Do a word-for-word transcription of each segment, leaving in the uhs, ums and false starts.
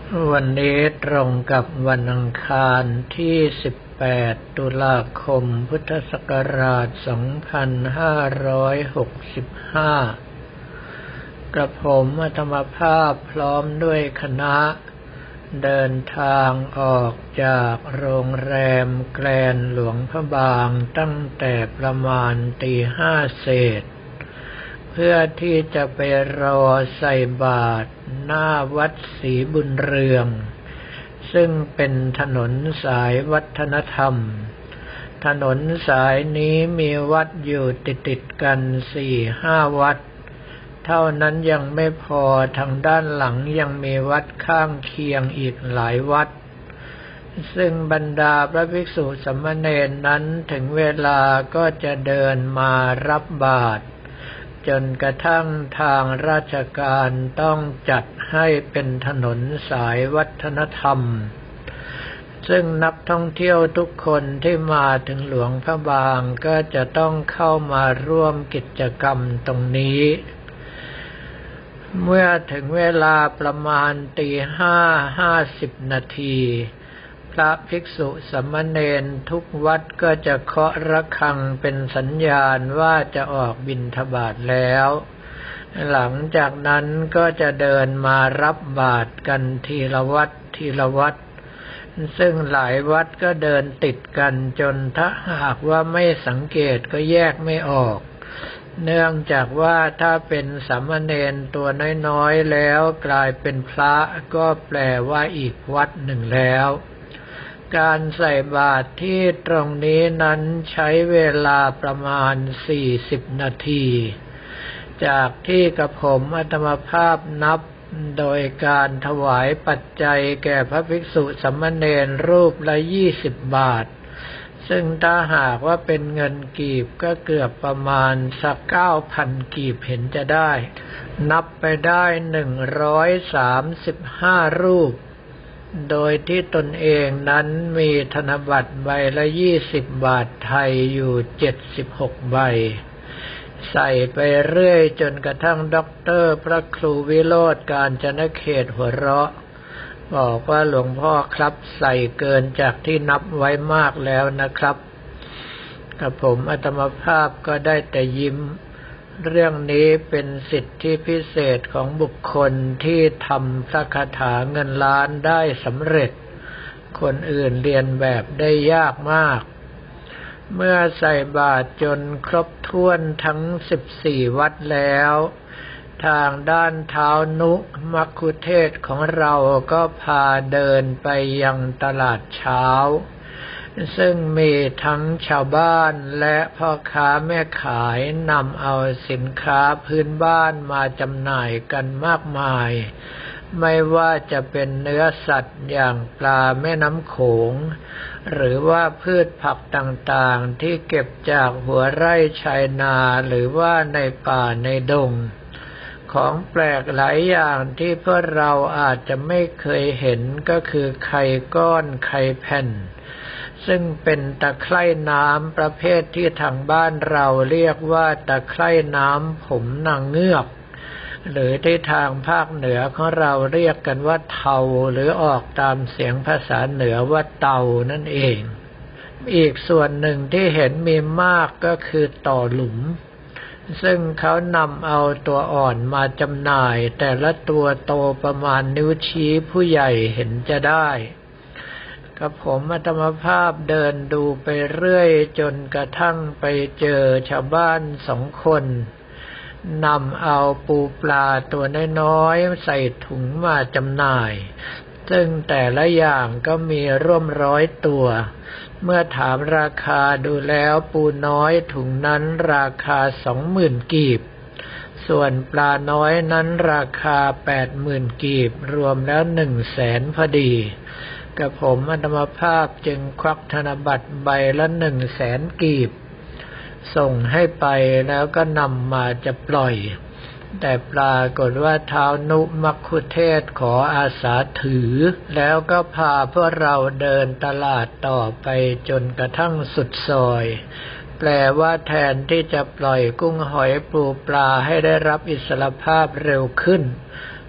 วันนี้ตรงกับวันอังคารที่สิบแปดตุลาคมพุทธศักราชสองพันห้าร้อยหกสิบห้ากระผมอาตมาภาพพร้อมด้วยคณะเดินทางออกจากโรงแรมแกรนด์หลวงพระบางตั้งแต่ประมาณตีห้าเศษเพื่อที่จะไปรอใส่บาตรหน้าวัดศรีบุญเรืองซึ่งเป็นถนนสายวัฒนธรรมถนนสายนี้มีวัดอยู่ติดๆกันสี่ห้าวัดเท่านั้นยังไม่พอทางด้านหลังยังมีวัดข้างเคียงอีกหลายวัดซึ่งบรรดาพระภิกษุสามเณรนั้นถึงเวลาก็จะเดินมารับบาตรจนกระทั่งทางราชการต้องจัดให้เป็นถนนสายวัฒนธรรมซึ่งนักท่องเที่ยวทุกคนที่มาถึงหลวงพระบางก็จะต้องเข้ามาร่วมกิจกรรมตรงนี้เมื่อถึงเวลาประมาณตีห้าห้าสิบนาทีพระภิกษุสามเณรทุกวัดก็จะเคาะระฆังเป็นสัญญาณว่าจะออกบิณฑบาตแล้วหลังจากนั้นก็จะเดินมารับบาตรกันทีละวัดทีละวัดซึ่งหลายวัดก็เดินติดกันจนถ้าหากว่าไม่สังเกตก็แยกไม่ออกเนื่องจากว่าถ้าเป็นสามเณรตัวน้อยๆแล้วกลายเป็นพระก็แปลว่าอีกวัดหนึ่งแล้วการใส่บาตรที่ตรงนี้นั้นใช้เวลาประมาณสี่สิบนาทีจากที่กระผมอาตมาภาพนับโดยการถวายปัจจัยแก่พระภิกษุสามเณรรูปละยี่สิบบาทซึ่งถ้าหากว่าเป็นเงินกีบก็เกือบประมาณสักเก้าพันกีบเห็นจะได้นับไปได้หนึ่งร้อยสามสิบห้ารูปโดยที่ตนเองนั้นมีธนบัตรใบละยี่สิบบาทไทยอยู่เจ็ดสิบหกใบใส่ไปเรื่อยจนกระทั่งด็อกเตอร์พระครูวิโรจน์กาญจนเขตหัวเราะบอกว่าหลวงพ่อครับใส่เกินจากที่นับไว้มากแล้วนะครับกับผมอาตมาภาพก็ได้แต่ยิ้มเรื่องนี้เป็นสิทธิพิเศษของบุคคลที่ทำพระคาถาเงินล้านได้สำเร็จคนอื่นเรียนแบบได้ยากมากเมื่อใส่บาตรจนครบถ้วนทั้งสิบสี่วัดแล้วทางด้านเท้านุมัคคุเทศก์ของเราก็พาเดินไปยังตลาดเช้าซึ่งมีทั้งชาวบ้านและพ่อค้าแม่ขายนำเอาสินค้าพื้นบ้านมาจำหน่ายกันมากมายไม่ว่าจะเป็นเนื้อสัตว์อย่างปลาแม่น้ำโขงหรือว่าพืชผักต่างๆที่เก็บจากหัวไร่ชายนาหรือว่าในป่าในดงของแปลกหลายอย่างที่พวกเราอาจจะไม่เคยเห็นก็คือไข่ก้อนไข่แผ่นซึ่งเป็นตะไคร่น้ำประเภทที่ทางบ้านเราเรียกว่าตะไคร่น้ำผมนางเงือกหรือที่ทางภาคเหนือของเราเรียกกันว่าเทาหรือออกตามเสียงภาษาเหนือว่าเตานั่นเองอีกส่วนหนึ่งที่เห็นมีมากก็คือต่อหลุมซึ่งเขานำเอาตัวอ่อนมาจำหน่ายแต่ละตัวโตประมาณนิ้วชี้ผู้ใหญ่เห็นจะได้กับผมอาตมาภาพเดินดูไปเรื่อยจนกระทั่งไปเจอชาวบ้านสองคนนำเอาปูปลาตัวน้อยๆใส่ถุงมาจำหน่ายซึ่งแต่ละอย่างก็มีร่วมร้อยตัวเมื่อถามราคาดูแล้วปูน้อยถุงนั้นราคาสองหมื่นกีบส่วนปลาน้อยนั้นราคาแปดหมื่นกีบรวมแล้วหนึ่งแสนพอดีกับผมอาตมาภาพจึงควักธนบัตรใบละหนึ่งแสนกีบส่งให้ไปแล้วก็นำมาจะปล่อยแต่ปรากฏว่าท้าวนุมัคคุเทศก์ขออาสาถือแล้วก็พาพวกเราเดินตลาดต่อไปจนกระทั่งสุดซอยแปลว่าแทนที่จะปล่อยกุ้งหอยปูปลาให้ได้รับอิสรภาพเร็วขึ้น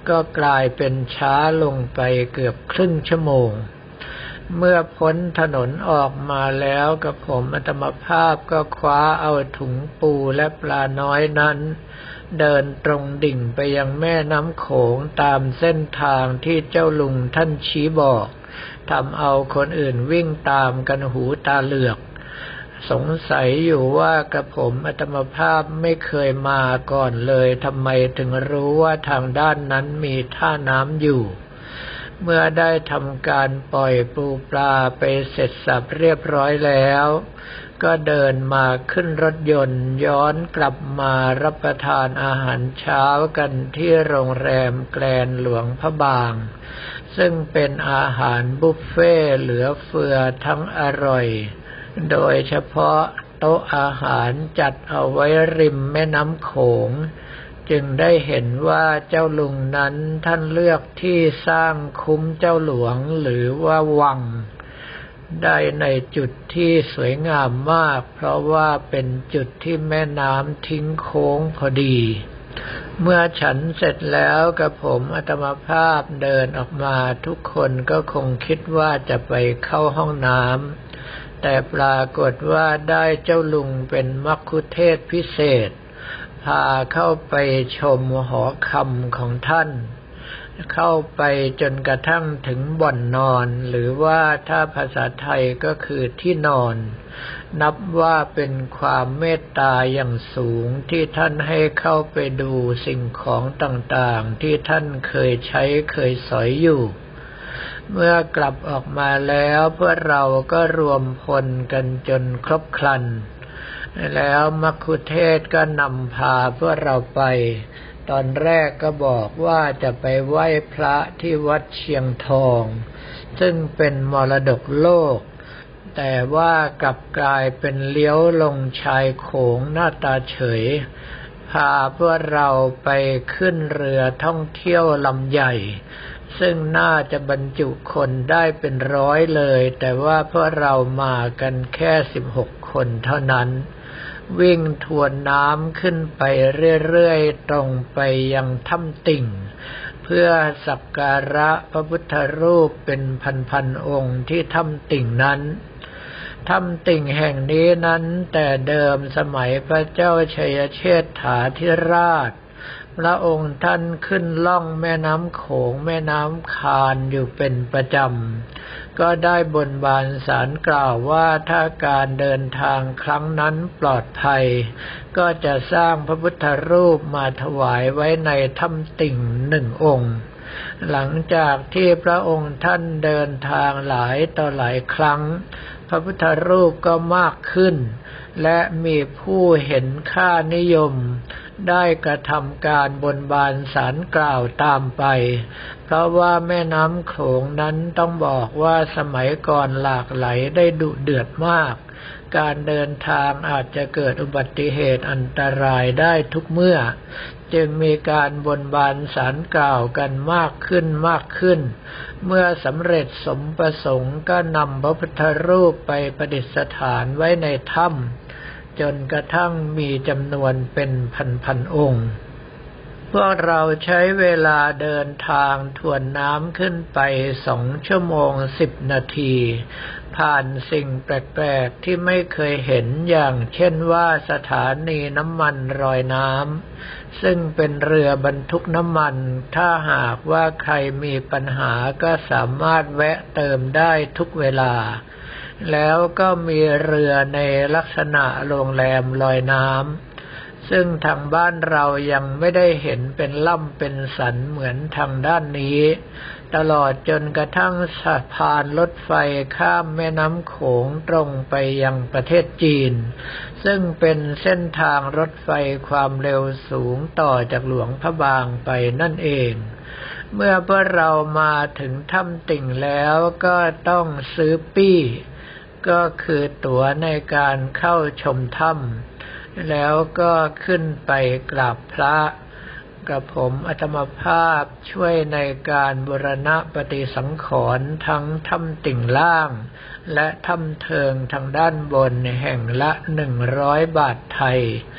ก็กลายเป็นช้าลงไปเกือบครึ่งชั่วโมงเมื่อพ้นถนนออกมาแล้วกับผมอาตมาภาพก็คว้าเอาถุงปูและปลาน้อยนั้นเดินตรงดิ่งไปยังแม่น้ำโขงตามเส้นทางที่เจ้าลุงท่านชี้บอกทำเอาคนอื่นวิ่งตามกันหูตาเหลือกสงสัยอยู่ว่ากระผมอาตมาภาพไม่เคยมาก่อนเลยทำไมถึงรู้ว่าทางด้านนั้นมีท่าน้ำอยู่เมื่อได้ทำการปล่อยปูปลาไปเสร็จสับเรียบร้อยแล้วก็เดินมาขึ้นรถยนต์ย้อนกลับมารับประทานอาหารเช้ากันที่โรงแรมแกลนหลวงพระบางซึ่งเป็นอาหารบุฟเฟ่ต์เหลือเฟือทั้งอร่อยโดยเฉพาะโต๊ะอาหารจัดเอาไว้ริมแม่น้ำโขงจึงได้เห็นว่าเจ้าลุงนั้นท่านเลือกที่สร้างคุ้มเจ้าหลวงหรือว่าวังได้ในจุดที่สวยงามมากเพราะว่าเป็นจุดที่แม่น้ำทิ้งโค้งพอดีเมื่อฉันเสร็จแล้วกับผมอาตมาภาพเดินออกมาทุกคนก็คงคิดว่าจะไปเข้าห้องน้ำแต่ปรากฏว่าได้เจ้าลุงเป็นมัคคุเทศก์พิเศษพาเข้าไปชมหอคำของท่านเข้าไปจนกระทั่งถึงบ่อนนอนหรือว่าถ้าภาษาไทยก็คือที่นอนนับว่าเป็นความเมตตาอย่างสูงที่ท่านให้เข้าไปดูสิ่งของต่างๆที่ท่านเคยใช้เคยสอยอยู่เมื่อกลับออกมาแล้วพวกเราก็รวมพลกันจนครบครันแล้วมัคคุเทศก์ก็นำพาพวกเราไปตอนแรกก็บอกว่าจะไปไหว้พระที่วัดเชียงทองซึ่งเป็นมรดกโลกแต่ว่ากลับกลายเป็นเลี้ยวลงชายโขงหน้าตาเฉยพาพวกเราไปขึ้นเรือท่องเที่ยวลำใหญ่ซึ่งน่าจะบรรจุคนได้เป็นร้อยเลยแต่ว่าพวกเรามากันแค่สิบหกคนเท่านั้นวิ่งทวนน้ำขึ้นไปเรื่อยๆตรงไปยังถ้ำติ่งเพื่อสักการะพระพุทธรูปเป็นพันๆองค์ที่ถ้ำติ่งนั้นถ้ำติ่งแห่งนี้นั้นแต่เดิมสมัยพระเจ้าชัยเชษฐาธิราชพระองค์ท่านขึ้นล่องแม่น้ำโขงแม่น้ำคานอยู่เป็นประจำก็ได้บนบานศาลกล่าวว่าถ้าการเดินทางครั้งนั้นปลอดภัยก็จะสร้างพระพุทธรูปมาถวายไว้ในถ้ำติ่งหนึ่งองค์หลังจากที่พระองค์ท่านเดินทางหลายต่อหลายครั้งพระพุทธรูปก็มากขึ้นและมีผู้เห็นค่านิยมได้กระทำการบนบานศาลกล่าวตามไปเพราะว่าแม่น้ำโขงนั้นต้องบอกว่าสมัยก่อนหลากไหลได้ดุเดือดมากการเดินทางอาจจะเกิดอุบัติเหตุอันตรายได้ทุกเมื่อจึงมีการบนบานศาลกล่าวกันมากขึ้นมากขึ้นเมื่อสำเร็จสมประสงค์ก็นำพระพุทธรูปไปประดิษฐานไว้ในถ้ำจนกระทั่งมีจำนวนเป็นพันๆองค์พวกเราใช้เวลาเดินทางทวนน้ำขึ้นไปสองชั่วโมงสิบนาทีผ่านสิ่งแปลกๆที่ไม่เคยเห็นอย่างเช่นว่าสถานีน้ำมันรอยน้ำซึ่งเป็นเรือบรรทุกน้ำมันถ้าหากว่าใครมีปัญหาก็สามารถแวะเติมได้ทุกเวลาแล้วก็มีเรือในลักษณะโรงแรมลอยน้ำซึ่งทางบ้านเรายังไม่ได้เห็นเป็นล่ำเป็นสันเหมือนทางด้านนี้ตลอดจนกระทั่งสะพานรถไฟข้ามแม่น้ำโขงตรงไปยังประเทศจีนซึ่งเป็นเส้นทางรถไฟความเร็วสูงต่อจากหลวงพระบางไปนั่นเองเมื่อพวกเรามาถึงถ้ำติ่งแล้วก็ต้องซื้อปี้ก็คือตั๋วในการเข้าชมถ้ำแล้วก็ขึ้นไปกราบพระกับผมอาตมาภาพช่วยในการบูรณะปฏิสังขรณ์ทั้งถ้ำติ่งล่างและถ้ำเทิงทางด้านบนแห่งละหนึ่งร้อยบาทไทย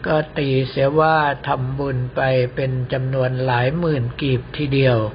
ก็ตีเสียว่าทำบุญไปเป็นจำนวนหลายหมื่นกีบทีเดียว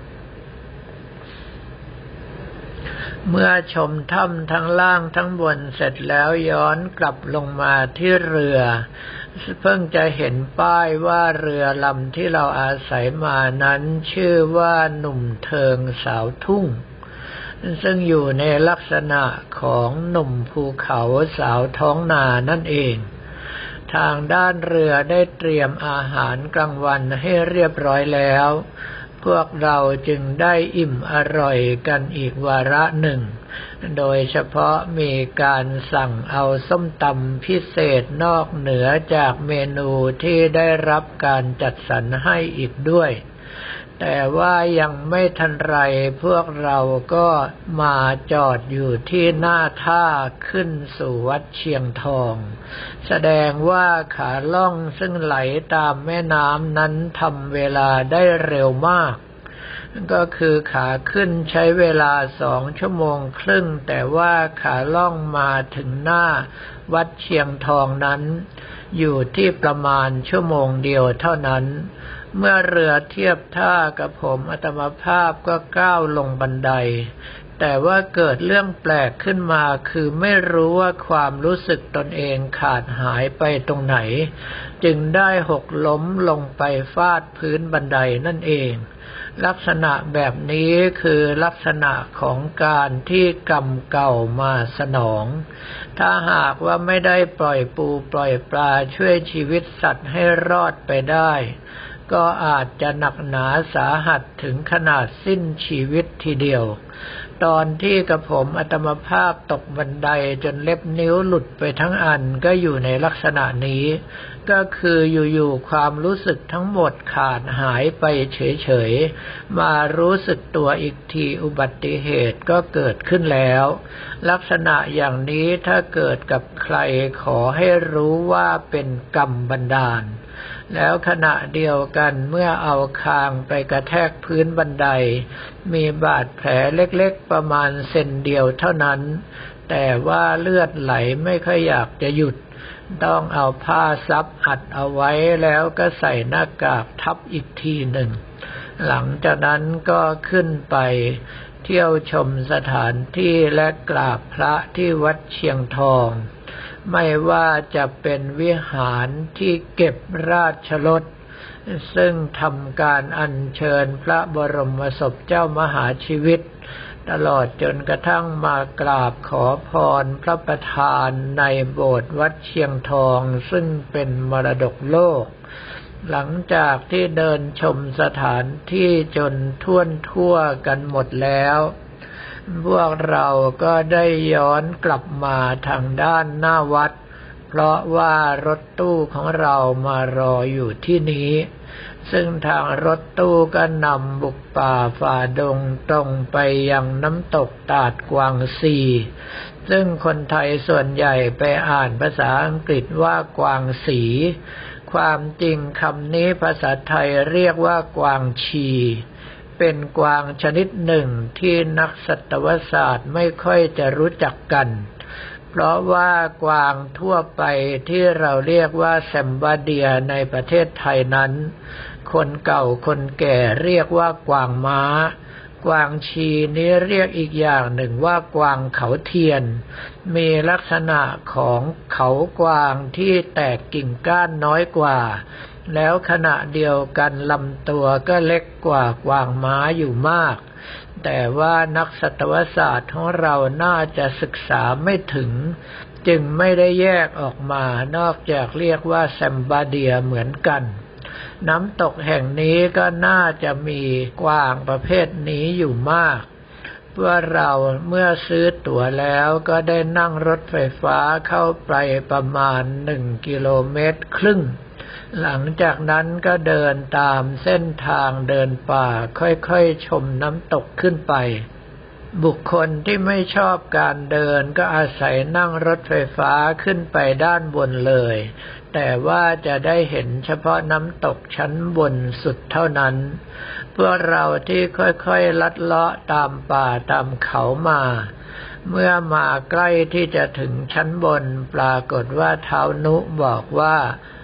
เมื่อชมถ้ำทั้งล่างทั้งบนเสร็จแล้วย้อนกลับลงมาที่เรือเพิ่งจะเห็นป้ายว่าเรือลำที่เราอาศัยมานั้นชื่อว่าหนุ่มเทิงสาวทุ่งซึ่งอยู่ในลักษณะของหนุ่มภูเขาสาวท้องนานั่นเองทางด้านเรือได้เตรียมอาหารกลางวันให้เรียบร้อยแล้วพวกเราจึงได้อิ่มอร่อยกันอีกวาระหนึ่งโดยเฉพาะมีการสั่งเอาส้มตำพิเศษนอกเหนือจากเมนูที่ได้รับการจัดสรรให้อีกด้วยแต่ว่ายังไม่ทันไรพวกเราก็มาจอดอยู่ที่หน้าท่าขึ้นสู่วัดเชียงทองแสดงว่าขาล่องซึ่งไหลตามแม่น้ำนั้นทำเวลาได้เร็วมากก็คือขาขึ้นใช้เวลาสองชั่วโมงครึ่งแต่ว่าขาล่องมาถึงหน้าวัดเชียงทองนั้นอยู่ที่ประมาณชั่วโมงเดียวเท่านั้นเมื่อเรือเทียบท่ากับผมอาตมาภาพก็ก้าวลงบันไดแต่ว่าเกิดเรื่องแปลกขึ้นมาคือไม่รู้ว่าความรู้สึกตนเองขาดหายไปตรงไหนจึงได้หกล้มลงไปฟาดพื้นบันไดนั่นเองลักษณะแบบนี้คือลักษณะของการที่กรรมเก่ามาสนองถ้าหากว่าไม่ได้ปล่อยปูปล่อยปลาช่วยชีวิตสัตว์ให้รอดไปได้ก็อาจจะหนักหนาสาหัสถึงขนาดสิ้นชีวิตทีเดียวตอนที่กระผมอาตมาภาพตกบันไดจนเล็บนิ้วหลุดไปทั้งอันก็อยู่ในลักษณะนี้ก็คืออยู่ๆความรู้สึกทั้งหมดขาดหายไปเฉยๆมารู้สึกตัวอีกทีอุบัติเหตุก็เกิดขึ้นแล้วลักษณะอย่างนี้ถ้าเกิดกับใครขอให้รู้ว่าเป็นกรรมบันดาลแล้วขณะเดียวกันเมื่อเอาคางไปกระแทกพื้นบันไดมีบาดแผลเล็กๆประมาณเซนเดียวเท่านั้นแต่ว่าเลือดไหลไม่ค่อยอยากจะหยุดต้องเอาผ้าซับอัดเอาไว้แล้วก็ใส่หน้ากากทับอีกทีหนึ่งหลังจากนั้นก็ขึ้นไปเที่ยวชมสถานที่และกราบพระที่วัดเชียงทองไม่ว่าจะเป็นวิหารที่เก็บราชรสซึ่งทำการอัญเชิญพระบรมศพเจ้ามหาชีวิตตลอดจนกระทั่งมากราบขอพรพระประธานในโบสถ์วัดเชียงทองซึ่งเป็นมรดกโลกหลังจากที่เดินชมสถานที่จนทั่วทั่วกันหมดแล้วพวกเราก็ได้ย้อนกลับมาทางด้านหน้าวัดเพราะว่ารถตู้ของเรามารออยู่ที่นี้ซึ่งทางรถตู้ก็นำบุกป่าฝ่าดงตรงไปยังน้ำตกตาดกวางซีซึ่งคนไทยส่วนใหญ่ไปอ่านภาษาอังกฤษว่ากวางสีความจริงคำนี้ภาษาไทยเรียกว่ากวางชีเป็นกวางชนิดหนึ่งที่นักสัตวศาสตร์ไม่ค่อยจะรู้จักกันเพราะว่ากวางทั่วไปที่เราเรียกว่าแซมบาเดียในประเทศไทยนั้นคนเก่าคนแก่เรียกว่ากวางม้ากวางชีนี้เรียกอีกอย่างหนึ่งว่ากวางเขาเทียนมีลักษณะของเขากวางที่แตกกิ่งก้านน้อยกว่าแล้วขณะเดียวกันลำตัวก็เล็กกว่ากวางม้าอยู่มากแต่ว่านักสัตวศาสตร์ของเราน่าจะศึกษาไม่ถึงจึงไม่ได้แยกออกมานอกจากเรียกว่าแซมบาเดียเหมือนกันน้ำตกแห่งนี้ก็น่าจะมีกวางประเภทนี้อยู่มากเพื่อเราเมื่อซื้อตั๋วแล้วก็ได้นั่งรถไฟฟ้าเข้าไปประมาณหนึ่งกิโลเมตรครึ่งหลังจากนั้นก็เดินตามเส้นทางเดินป่าค่อยๆชมน้ำตกขึ้นไปบุคคลที่ไม่ชอบการเดินก็อาศัยนั่งรถไฟฟ้าขึ้นไปด้านบนเลยแต่ว่าจะได้เห็นเฉพาะน้ำตกชั้นบนสุดเท่านั้นพวกเราที่ค่อยๆลัดเลาะตามป่าตามเขามาเมื่อมาใกล้ที่จะถึงชั้นบนปรากฏว่าท้าวนุบอกว่า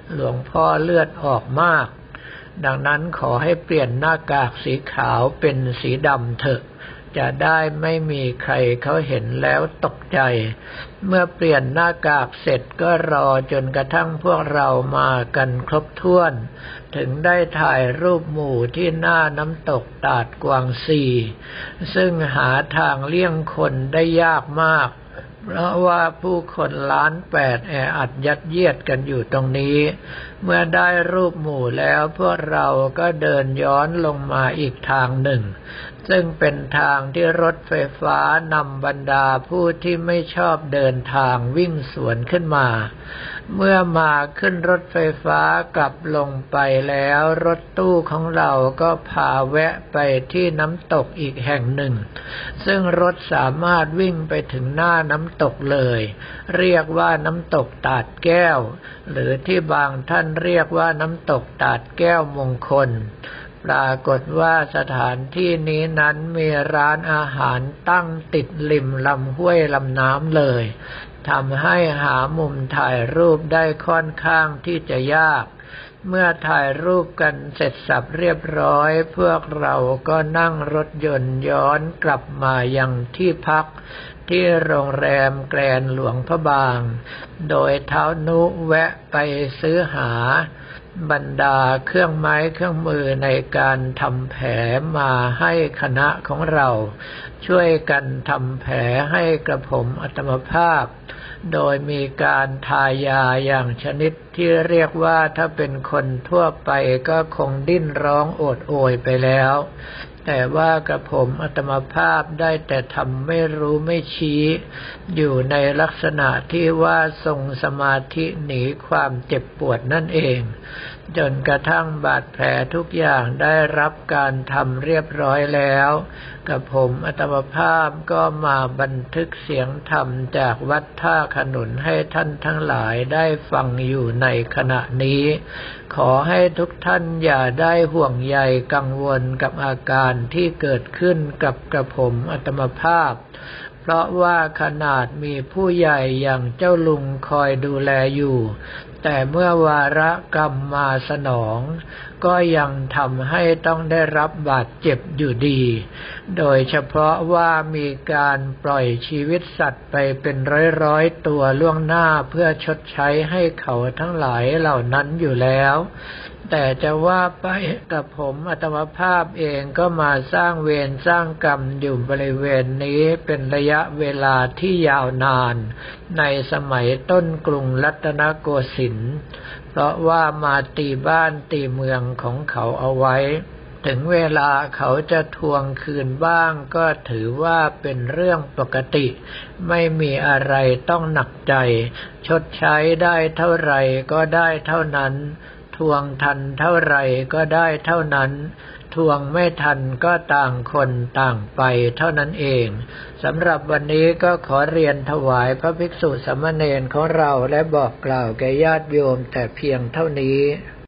หลวงพ่อเลือดออกมากดังนั้นขอให้เปลี่ยนหน้ากากสีขาวเป็นสีดำเถอะจะได้ไม่มีใครเขาเห็นแล้วตกใจเมื่อเปลี่ยนหน้ากากเสร็จก็รอจนกระทั่งพวกเรามากันครบถ้วนถึงได้ถ่ายรูปหมู่ที่หน้าน้ำตกตาดกวางซีซึ่งหาทางเลี่ยงคนได้ยากมากเพราะว่าผู้คนล้านแปดแออัดยัดเยียดกันอยู่ตรงนี้เมื่อได้รูปหมู่แล้วพวกเราก็เดินย้อนลงมาอีกทางหนึ่งซึ่งเป็นทางที่รถไฟฟ้านำบรรดาผู้ที่ไม่ชอบเดินทางวิ่งสวนขึ้นมาเมื่อมาขึ้นรถไฟฟ้ากลับลงไปแล้วรถตู้ของเราก็พาแวะไปที่น้ำตกอีกแห่งหนึ่งซึ่งรถสามารถวิ่งไปถึงหน้าน้ำตกเลยเรียกว่าน้ำตกตาดแก้วหรือที่บางท่านเรียกว่าน้ำตกตาดแก้วมงคลปรากฏว่าสถานที่นี้นั้นมีร้านอาหารตั้งติดริมลำห้วยลำน้ำเลยทำให้หามุมถ่ายรูปได้ค่อนข้างที่จะยากเมื่อถ่ายรูปกันเสร็จสับเรียบร้อยพวกเราก็นั่งรถยนต์ย้อนกลับมายังที่พักที่โรงแรมแกรนด์หลวงพระบางโดยเท้านุแวะไปซื้อหาบรรดาเครื่องไม้เครื่องมือในการทำแผลมาให้คณะของเราช่วยกันทำแผลให้กระผมอัตมภาพโดยมีการทายาอย่างชนิดที่เรียกว่าถ้าเป็นคนทั่วไปก็คงดิ้นร้องโอดโอยไปแล้วแต่ว่ากระผมอัตมภาพได้แต่ทำไม่รู้ไม่ชี้อยู่ในลักษณะที่ว่าทรงสมาธิหนีความเจ็บปวดนั่นเองจนกระทั่งบาดแผลทุกอย่างได้รับการทำเรียบร้อยแล้วกระผมอัตมภาพก็มาบันทึกเสียงธรรมจากวัดท่าขนุนให้ท่านทั้งหลายได้ฟังอยู่ในขณะนี้ขอให้ทุกท่านอย่าได้ห่วงใยกังวลกับอาการที่เกิดขึ้นกับกระผมอัตมภาพเพราะว่าขนาดมีผู้ใหญ่อย่างเจ้าลุงคอยดูแลอยู่แต่เมื่อวาระกรรมมาสนองก็ยังทำให้ต้องได้รับบาดเจ็บอยู่ดีโดยเฉพาะว่ามีการปล่อยชีวิตสัตว์ไปเป็นร้อยๆตัวล่วงหน้าเพื่อชดใช้ให้เขาทั้งหลายเหล่านั้นอยู่แล้วแต่จะว่าไปกับผมอัตมภาพเองก็มาสร้างเวรสร้างกรรมอยู่บริเวณนี้เป็นระยะเวลาที่ยาวนานในสมัยต้นกรุงรัตนโกสินทร์เพราะว่ามาตีบ้านตีเมืองของเขาเอาไว้ถึงเวลาเขาจะทวงคืนบ้างก็ถือว่าเป็นเรื่องปกติไม่มีอะไรต้องหนักใจชดใช้ได้เท่าไรก็ได้เท่านั้นทวงทันเท่าไรก็ได้เท่านั้นทวงไม่ทันก็ต่างคนต่างไปเท่านั้นเองสำหรับวันนี้ก็ขอเรียนถวายพระภิกษุสามเณรของเราและบอกกล่าวแก่ญาติโยมแต่เพียงเท่านี้